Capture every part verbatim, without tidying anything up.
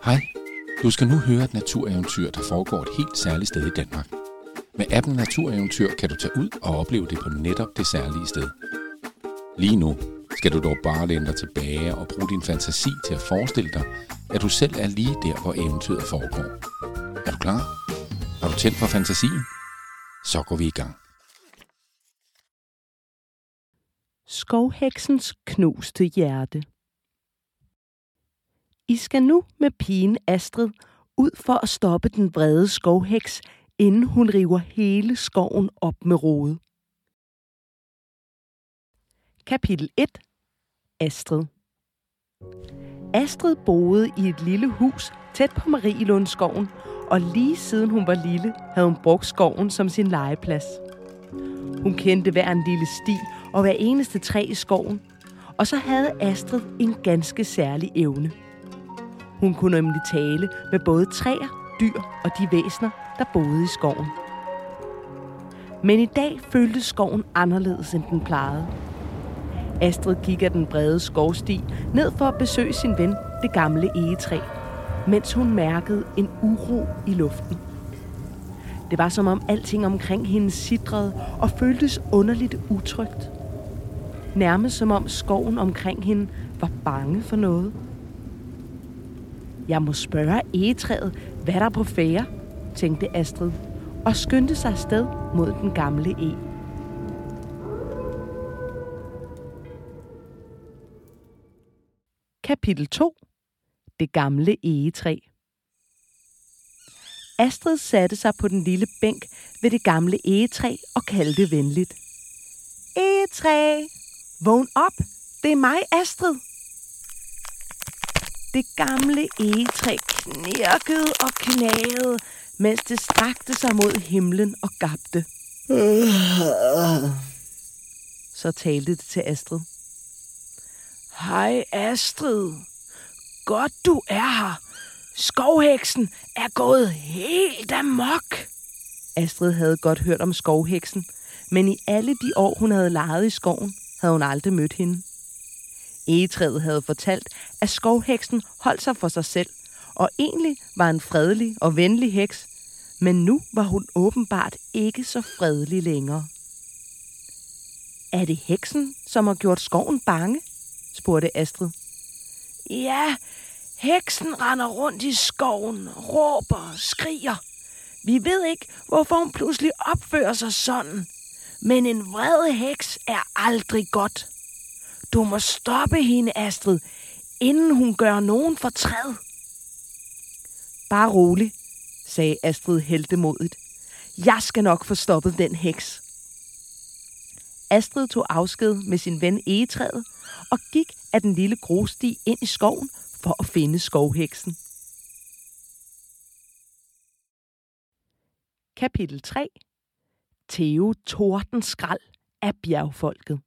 Hej, du skal nu høre et natureventyr, der foregår et helt særligt sted i Danmark. Med appen Natureventyr kan du tage ud og opleve det på netop det særlige sted. Lige nu skal du dog bare læne dig tilbage og bruge din fantasi til at forestille dig, at du selv er lige der, hvor eventyret foregår. Er du klar? Har du tændt for fantasien? Så går vi i gang. Skovheksens knuste hjerte. I skal nu med pigen Astrid ud for at stoppe den vrede skovheks, inden hun river hele skoven op med rode. Kapitel et. Astrid. Astrid boede i et lille hus tæt på Marielundskoven, og lige siden hun var lille, havde hun brugt skoven som sin legeplads. Hun kendte hver en lille sti og hver eneste træ i skoven, og så havde Astrid en ganske særlig evne. Hun kunne nemlig tale med både træer, dyr og de væsener, der boede i skoven. Men i dag føltes skoven anderledes, end den plejede. Astrid gik ad den brede skovsti ned for at besøge sin ven, det gamle egetræ, mens hun mærkede en uro i luften. Det var som om alting omkring hende sitrede og føltes underligt utrygt. Nærmest som om skoven omkring hende var bange for noget. Jeg må spørge egetræet, hvad der er på færde, tænkte Astrid, og skyndte sig afsted mod den gamle eg. Kapitel to. Det gamle egetræ. Astrid satte sig på den lille bænk ved det gamle egetræ og kaldte venligt. Egetræ, vågn op, det er mig, Astrid. Det gamle egetræ knirkede og knagede, mens det strakte sig mod himlen og gabte. Så talte det til Astrid. Hej Astrid, godt du er her. Skovheksen er gået helt amok. Astrid havde godt hørt om skovheksen, men i alle de år hun havde leget i skoven, havde hun aldrig mødt hende. Egetræet havde fortalt, at skovheksen holdt sig for sig selv, og egentlig var en fredelig og venlig heks, men nu var hun åbenbart ikke så fredelig længere. Er det heksen, som har gjort skoven bange? Spurgte Astrid. Ja, heksen render rundt i skoven, råber og skriger. Vi ved ikke, hvorfor hun pludselig opfører sig sådan, men en vred heks er aldrig godt. Du må stoppe hende, Astrid, inden hun gør nogen fortræd. Bare rolig, sagde Astrid heltemodigt. Jeg skal nok få stoppet den heks. Astrid tog afsked med sin ven egetræet og gik ad den lille grosti ind i skoven for at finde skovheksen. Kapitel tre. Theo Tordenskrald af bjergfolket.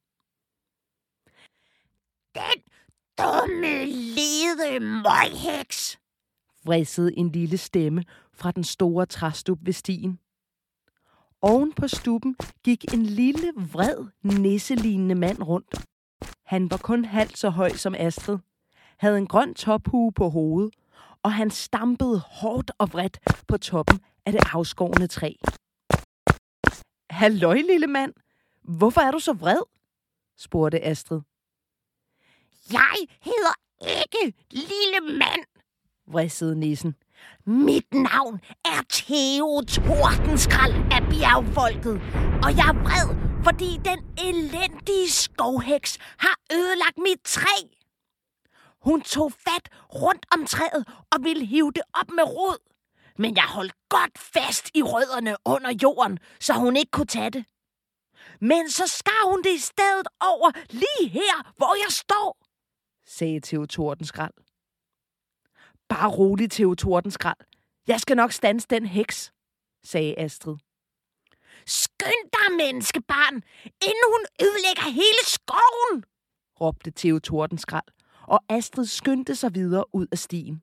Den dumme, lede møgheks, vridsede en lille stemme fra den store træstub ved stien. Oven på stuben gik en lille, vred, nisselignende mand rundt. Han var kun halvt så høj som Astrid, havde en grøn tophue på hovedet, og han stampede hårdt og vredt på toppen af det afskårne træ. Halløj, lille mand. Hvorfor er du så vred? Spurgte Astrid. Jeg hedder ikke lille mand, vridsede nissen. Mit navn er Theo Tordenskrald af bjergfolket, og jeg er vred, fordi den elendige skovheks har ødelagt mit træ. Hun tog fat rundt om træet og ville hive det op med rod, men jeg holdt godt fast i rødderne under jorden, så hun ikke kunne tage det. Men så skar hun det i stedet over lige her, hvor jeg står, sagde Theo Tordenskrald. Bare rolig, Theo Tordenskrald. Jeg skal nok standse den heks, sagde Astrid. Skynd dig, menneskebarn, inden hun ødelægger hele skoven, råbte Theo Tordenskrald, og Astrid skyndte sig videre ud af stien.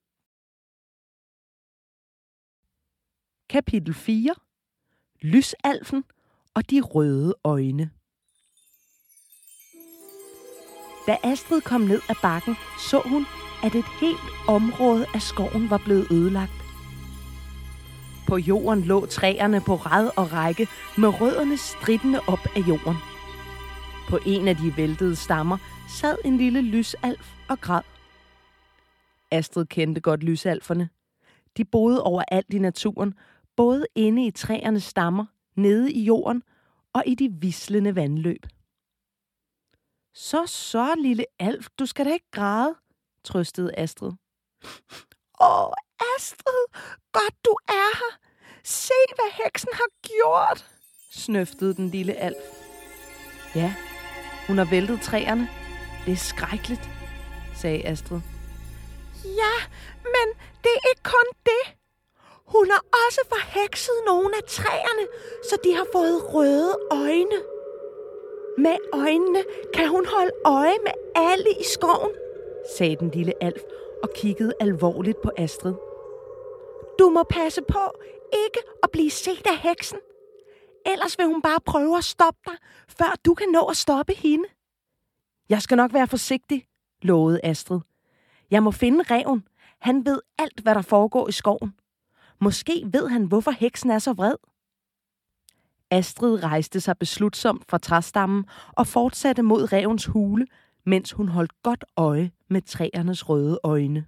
Kapitel fire. Lysalfen og de røde øjne. Da Astrid kom ned ad bakken, så hun, at et helt område af skoven var blevet ødelagt. På jorden lå træerne på rad og række med rødderne strittende op af jorden. På en af de væltede stammer sad en lille lysalf og græd. Astrid kendte godt lysalferne. De boede overalt i naturen, både inde i træernes stammer, nede i jorden og i de vislende vandløb. Så, så, lille alf, du skal da ikke græde, trøstede Astrid. Åh, Astrid, godt du er her. Se, hvad heksen har gjort, snøftede den lille alf. Ja, hun har væltet træerne. Det er skrækkeligt, sagde Astrid. Ja, men det er ikke kun det. Hun har også forhekset nogle af træerne, så de har fået røde øjne. Med øjnene kan hun holde øje med alle i skoven, sagde den lille alf og kiggede alvorligt på Astrid. Du må passe på ikke at blive set af heksen. Ellers vil hun bare prøve at stoppe dig, før du kan nå at stoppe hende. Jeg skal nok være forsigtig, lovede Astrid. Jeg må finde ræven. Han ved alt, hvad der foregår i skoven. Måske ved han, hvorfor heksen er så vred. Astrid rejste sig beslutsomt fra træstammen og fortsatte mod rævens hule, mens hun holdt godt øje med træernes røde øjne.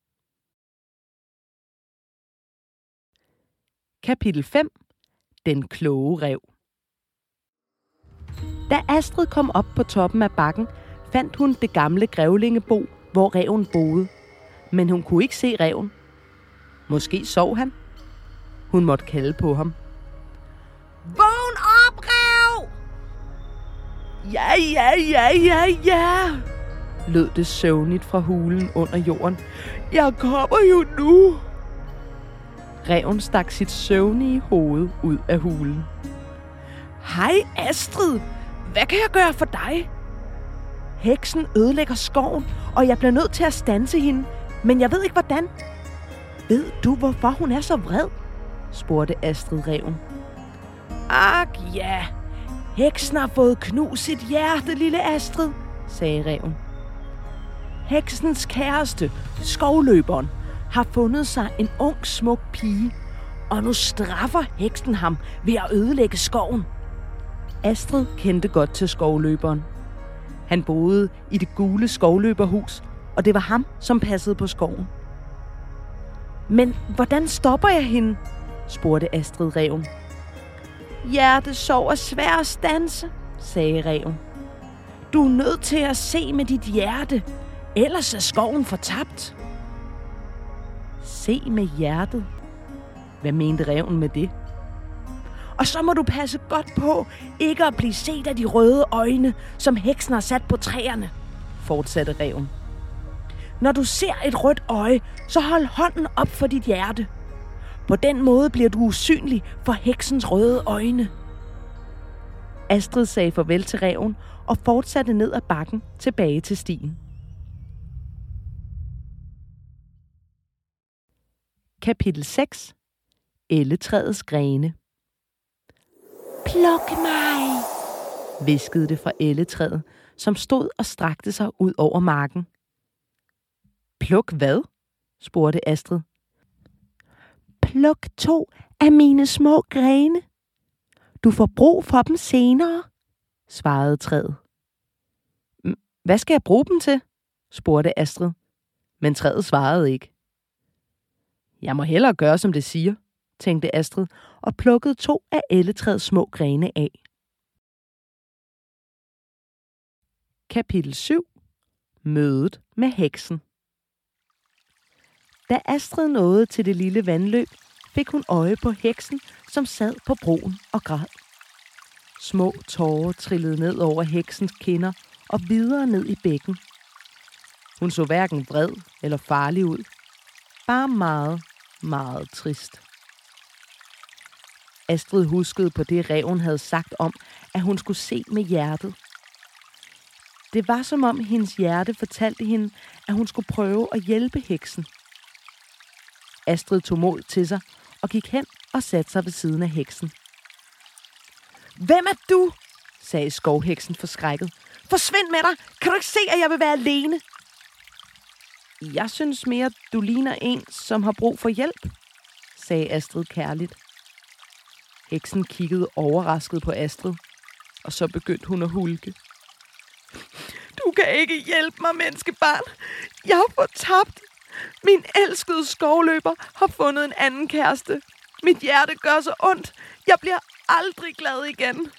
Kapitel fem. Den kloge ræv. Da Astrid kom op på toppen af bakken, fandt hun det gamle grævlingebo, hvor ræven boede. Men hun kunne ikke se ræven. Måske sov han. Hun måtte kalde på ham. Vågn op, ræv! Ja, ja, ja, ja, ja, lød det søvnigt fra hulen under jorden. Jeg kommer jo nu. Ræven stak sit søvnige hoved ud af hulen. Hej Astrid, hvad kan jeg gøre for dig? Heksen ødelægger skoven, og jeg bliver nødt til at standse hende, men jeg ved ikke hvordan. Ved du, hvorfor hun er så vred? Spurgte Astrid ræven. Ak ja, heksen har fået knust sit hjerte, lille Astrid, sagde ræven. Heksens kæreste, skovløberen, har fundet sig en ung, smuk pige, og nu straffer heksen ham ved at ødelægge skoven. Astrid kendte godt til skovløberen. Han boede i det gule skovløberhus, og det var ham, som passede på skoven. Men hvordan stopper jeg hende? Spurgte Astrid ræven. Hjertesorg er svær at standse, sagde ræven. Du er nødt til at se med dit hjerte, ellers er skoven fortabt. Se med hjertet? Hvad mente ræven med det? Og så må du passe godt på ikke at blive set af de røde øjne, som heksen har sat på træerne, fortsatte ræven. Når du ser et rødt øje, så hold hånden op for dit hjerte. På den måde bliver du usynlig for heksens røde øjne. Astrid sagde farvel til ræven og fortsatte ned ad bakken tilbage til stien. Kapitel seks. Elletræets grene. Pluk mig, hviskede det fra elletræet, som stod og strakte sig ud over marken. Pluk hvad? Spurgte Astrid. Pluk to af mine små grene. Du får brug for dem senere, svarede træet. Hvad skal jeg bruge dem til? Spurgte Astrid, men træet svarede ikke. Jeg må hellere gøre, som det siger, tænkte Astrid, og plukkede to af elletræets små grene af. Kapitel syv. Mødet med heksen. Da Astrid nåede til det lille vandløb, fik hun øje på heksen, som sad på broen og græd. Små tårer trillede ned over heksens kinder og videre ned i bækken. Hun så hverken vred eller farlig ud. Bare meget, meget trist. Astrid huskede på det, ræven havde sagt om, at hun skulle se med hjertet. Det var som om hendes hjerte fortalte hende, at hun skulle prøve at hjælpe heksen. Astrid tog mod til sig og gik hen og satte sig ved siden af heksen. Hvem er du? Sagde skovheksen forskrækket. Forsvind med dig! Kan du ikke se, at jeg vil være alene? Jeg synes mere, du ligner en, som har brug for hjælp, sagde Astrid kærligt. Heksen kiggede overrasket på Astrid, og så begyndte hun at hulke. Du kan ikke hjælpe mig, menneskebarn. Jeg har fortabt. Min elskede skovløber har fundet en anden kæreste. Mit hjerte gør så ondt. Jeg bliver aldrig glad igen.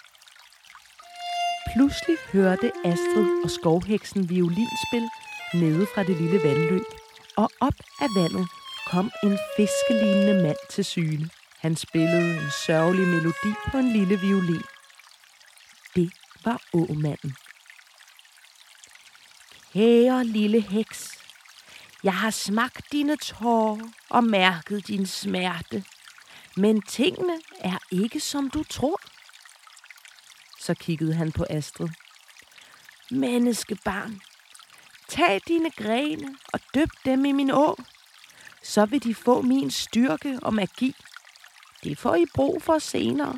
Pludselig hørte Astrid og skovheksen violinspil nede fra det lille vandløb, og op af vandet kom en fiskelignende mand til syne. Han spillede en sørgelig melodi på en lille violin. Det var åmanden. Kære lille heks, jeg har smagt dine tårer og mærket din smerte, men tingene er ikke som du tror. Så kiggede han på Astrid. Menneskebarn, tag dine grene og dyp dem i min å. Så vil de få min styrke og magi. Det får I brug for senere.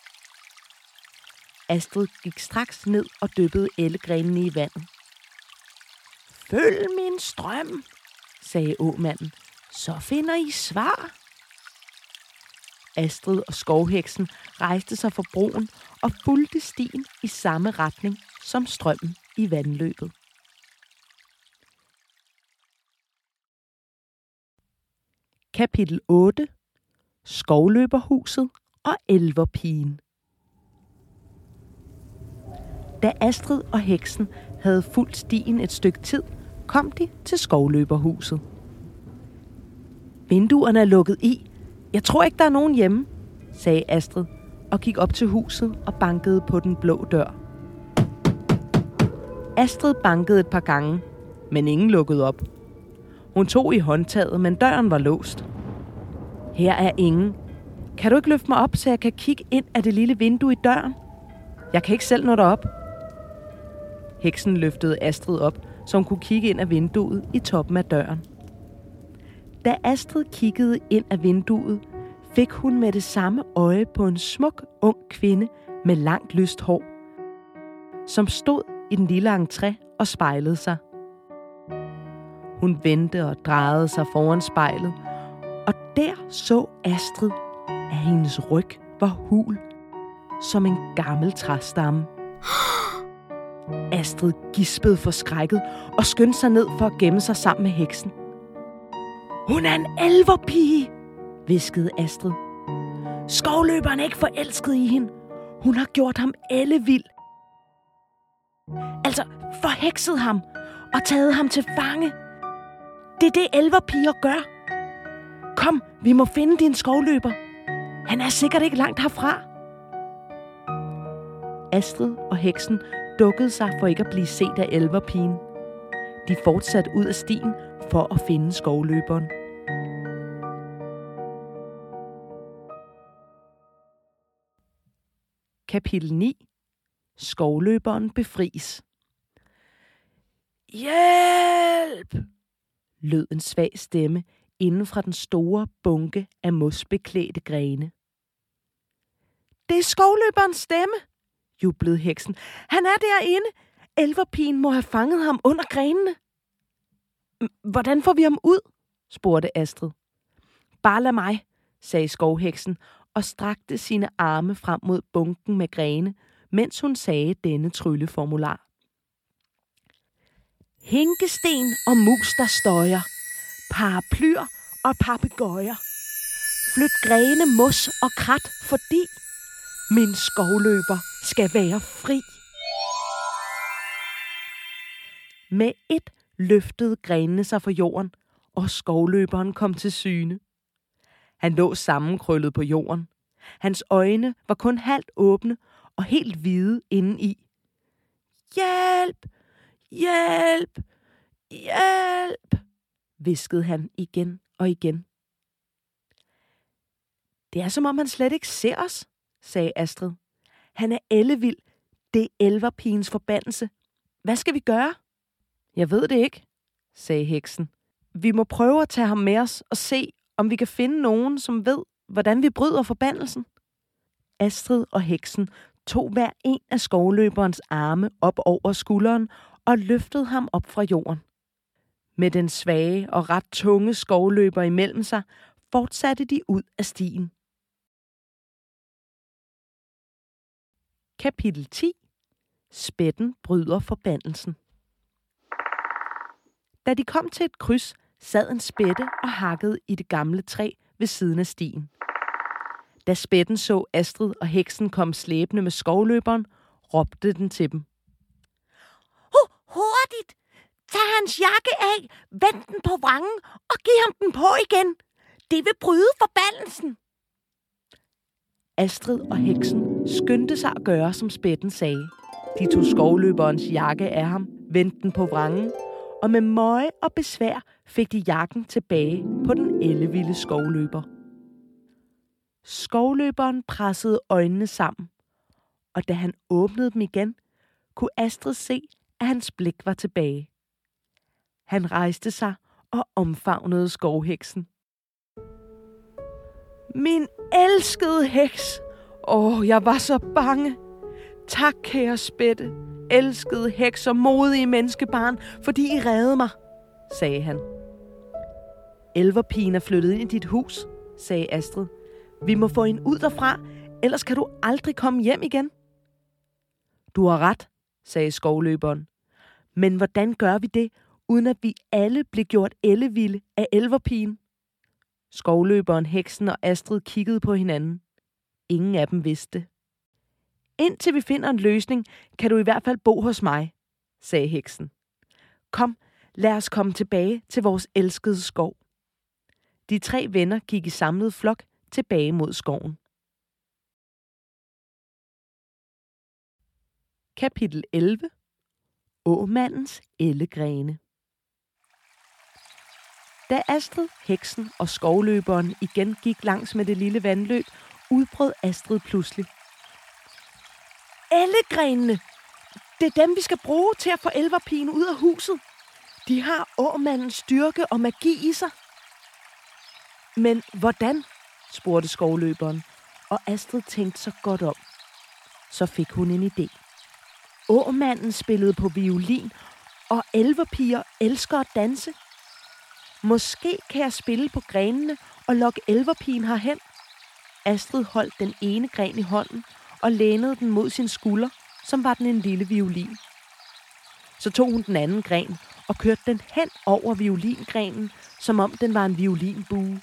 Astrid gik straks ned og dyppede ellegrenene i vandet. Følg min strøm, sagde åmanden, så finder I svar. Astrid og skovheksen rejste sig fra broen og fulgte stien i samme retning som strømmen i vandløbet. Kapitel otte. Skovløberhuset og elverpigen. Da Astrid og heksen havde fulgt stien et stykke tid, kom de til skovløberhuset. Vinduerne er lukket i. Jeg tror ikke, der er nogen hjemme, sagde Astrid og gik op til huset og bankede på den blå dør. Astrid bankede et par gange, men ingen lukkede op. Hun tog i håndtaget, men døren var låst. Her er ingen. Kan du ikke løfte mig op, så jeg kan kigge ind af det lille vindue i døren? Jeg kan ikke selv nå derop. Heksen løftede Astrid op, så hun kunne kigge ind af vinduet i toppen af døren. Da Astrid kiggede ind af vinduet, fik hun med det samme øje på en smuk, ung kvinde med langt lyst hår, som stod i den lille entré og spejlede sig. Hun vendte og drejede sig foran spejlet, og der så Astrid, at hendes ryg var hul, som en gammel træstamme. Astrid gispede forskrækket og skyndte sig ned for at gemme sig sammen med heksen. Hun er en elverpige, hviskede Astrid. Skovløberen er ikke forelsket i hende. Hun har gjort ham ellevild. Altså forhekset ham og taget ham til fange. Det er det elverpiger gør. Kom, vi må finde din skovløber. Han er sikkert ikke langt herfra. Astrid og heksen dukkede sig for ikke at blive set af elverpigen. De fortsatte ud af stien for at finde skovløberen. Kapitel ni. Skovløberen befries. Hjælp! Lød en svag stemme inden fra den store bunke af mosbeklædte grene. Det er skovløberens stemme, jublede heksen. Han er derinde. Elverpigen må have fanget ham under grenene. Hvordan får vi ham ud? spurgte Astrid. Bare lad mig, sagde skovheksen og strakte sine arme frem mod bunken med grene, mens hun sagde denne trylleformular. Hinkesten og mus, der støjer, paraplyer og papegøjer. Flyt grene, mos og krat, fordi min skovløber skal være fri. Med et løftede grenene sig fra jorden, og skovløberen kom til syne. Han lå sammenkrøllet på jorden. Hans øjne var kun halvt åbne og helt hvide indeni. Hjælp! Hjælp! Hjælp! hviskede han igen og igen. Det er som om han slet ikke ser os, sagde Astrid. Han er ellevild. Det er elverpigens forbandelse. Hvad skal vi gøre? Jeg ved det ikke, sagde heksen. Vi må prøve at tage ham med os og se, om vi kan finde nogen, som ved, hvordan vi bryder forbandelsen. Astrid og heksen tog hver en af skovløberens arme op over skulderen og løftede ham op fra jorden. Med den svage og ret tunge skovløber imellem sig, fortsatte de ud af stien. Kapitel ti. Spætten bryder forbandelsen. Da de kom til et kryds, sad en spætte og hakkede i det gamle træ ved siden af stien. Da spætten så Astrid og heksen komme slæbende med skovløberen, råbte den til dem. Hurtigt! Tag hans jakke af, vend den på vrangen og giv ham den på igen. Det vil bryde forbandelsen. Astrid og heksen skyndte sig at gøre, som spætten sagde. De tog skovløberens jakke af ham, vendte den på vrangen, og med møje og besvær fik de jakken tilbage på den ellevilde skovløber. Skovløberen pressede øjnene sammen, og da han åbnede dem igen, kunne Astrid se, at hans blik var tilbage. Han rejste sig og omfavnede skovheksen. Min elskede heks! Åh, jeg var så bange! Tak, kære spætte, elskede heks og modige menneskebarn, fordi I reddede mig, sagde han. Elverpigen er flyttet ind i dit hus, sagde Astrid. Vi må få hende ud derfra, ellers kan du aldrig komme hjem igen. Du har ret, sagde skovløberen. Men hvordan gør vi det, uden at vi alle bliver gjort ellevilde af elverpigen? Skovløberen, heksen og Astrid kiggede på hinanden. Ingen af dem vidste. Indtil vi finder en løsning, kan du i hvert fald bo hos mig, sagde heksen. Kom, lad os komme tilbage til vores elskede skov. De tre venner gik i samlet flok tilbage mod skoven. Kapitel elleve. Åmandens ellegrene. Da Astrid, heksen og skovløberen igen gik langs med det lille vandløb, udbrød Astrid pludselig. Ellegrenene! Det er dem, vi skal bruge til at få elverpigen ud af huset. De har åmandens styrke og magi i sig. Men hvordan? Spurgte skovløberen, og Astrid tænkte så godt om. Så fik hun en idé. Åmanden spillede på violin, og elverpiger elsker at danse. Måske kan jeg spille på grenene og lokke elverpigen herhen. Astrid holdt den ene gren i hånden og lænede den mod sin skulder, som var den en lille violin. Så tog hun den anden gren og kørte den hen over violingrenen, som om den var en violinbue.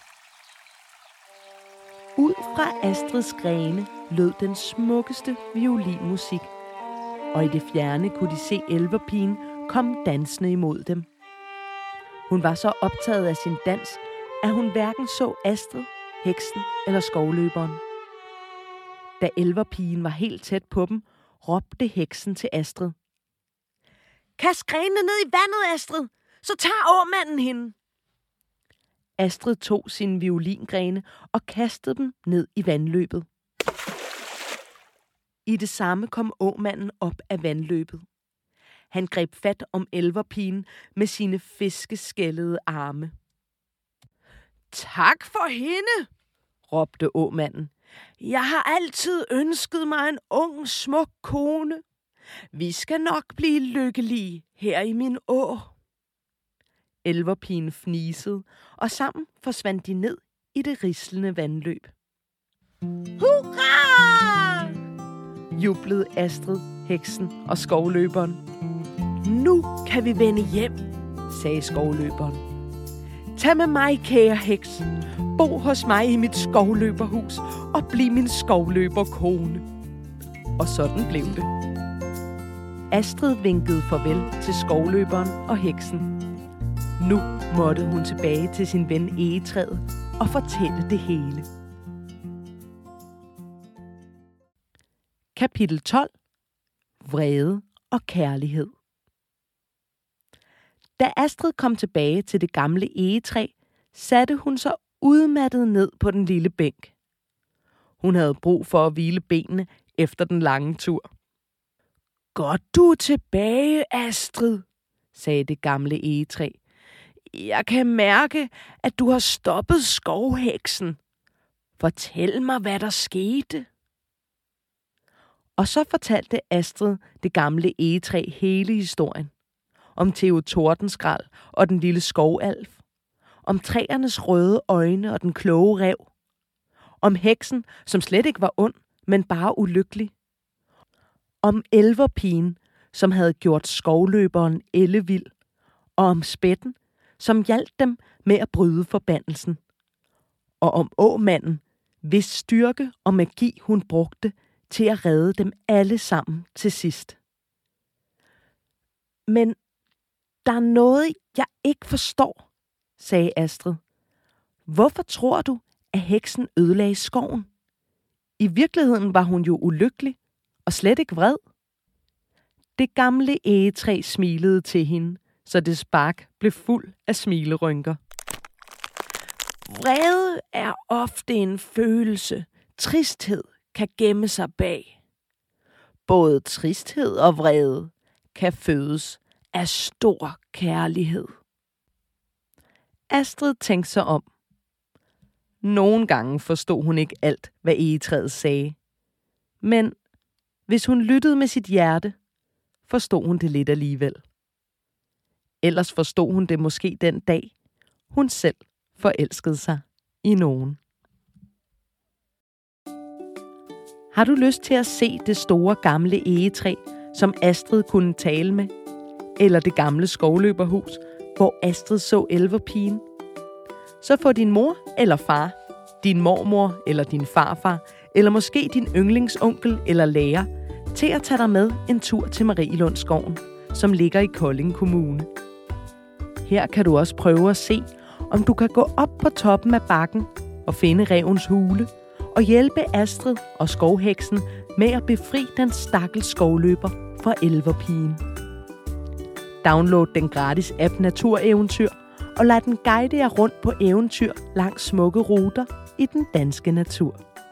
Ud fra Astrids grene lød den smukkeste violinmusik, og i det fjerne kunne de se elverpigen komme dansende imod dem. Hun var så optaget af sin dans, at hun hverken så Astrid, heksen eller skovløberen. Da elverpigen var helt tæt på dem, råbte heksen til Astrid. Kast grenene ned i vandet, Astrid, så tager åmanden hende. Astrid tog sine violingrene og kastede dem ned i vandløbet. I det samme kom åmanden op af vandløbet. Han greb fat om elverpigen med sine fiskeskællede arme. Tak for hende, råbte åmanden. Jeg har altid ønsket mig en ung, smuk kone. Vi skal nok blive lykkelige her i min å. Elverpigen fnisede, og sammen forsvandt de ned i det rislende vandløb. Hurra! Jublede Astrid, heksen og skovløberen. Nu kan vi vende hjem, sagde skovløberen. Tag med mig, kære heks. Bo hos mig i mit skovløberhus og bliv min skovløberkone. Og sådan blev det. Astrid vinkede farvel til skovløberen og heksen. Nu måtte hun tilbage til sin ven egetræet og fortælle det hele. Kapitel tolv. Vrede og kærlighed. Da Astrid kom tilbage til det gamle egetræ, satte hun sig udmattet ned på den lille bænk. Hun havde brug for at hvile benene efter den lange tur. Godt du er tilbage, Astrid, sagde det gamle egetræ. Jeg kan mærke, at du har stoppet skovheksen. Fortæl mig, hvad der skete. Og så fortalte Astrid det gamle egetræ hele historien. om Theo Tordenskrald og den lille skovalv, om træernes røde øjne og den kloge ræv, om heksen, som slet ikke var ond, men bare ulykkelig, om elverpigen, som havde gjort skovløberen ellevild, og om spætten, som hjalp dem med at bryde forbandelsen, og om åmanden, hvis styrke og magi hun brugte til at redde dem alle sammen til sidst. Men der er noget, jeg ikke forstår, sagde Astrid. Hvorfor tror du, at heksen ødelagde skoven? I virkeligheden var hun jo ulykkelig og slet ikke vred. Det gamle egetræ smilede til hende, så det spark blev fuld af smilerynker. Vrede er ofte en følelse, tristhed kan gemme sig bag. Både tristhed og vrede kan fødes af stor kærlighed. Astrid tænkte sig om. Nogle gange forstod hun ikke alt, hvad egetræet sagde. Men hvis hun lyttede med sit hjerte, forstod hun det lidt alligevel. Ellers forstod hun det måske den dag, hun selv forelskede sig i nogen. Har du lyst til at se det store gamle egetræ, som Astrid kunne tale med? Eller det gamle skovløberhus, hvor Astrid så elverpigen? Så få din mor eller far, din mormor eller din farfar, eller måske din yndlingsonkel eller lærer, til at tage dig med en tur til Marielundsskoven, som ligger i Kolding Kommune. Her kan du også prøve at se, om du kan gå op på toppen af bakken og finde rævens hule og hjælpe Astrid og skovheksen med at befri den stakkels skovløber fra elverpigen. Download den gratis app Natureventyr og lad den guide jer rundt på eventyr langs smukke ruter i den danske natur.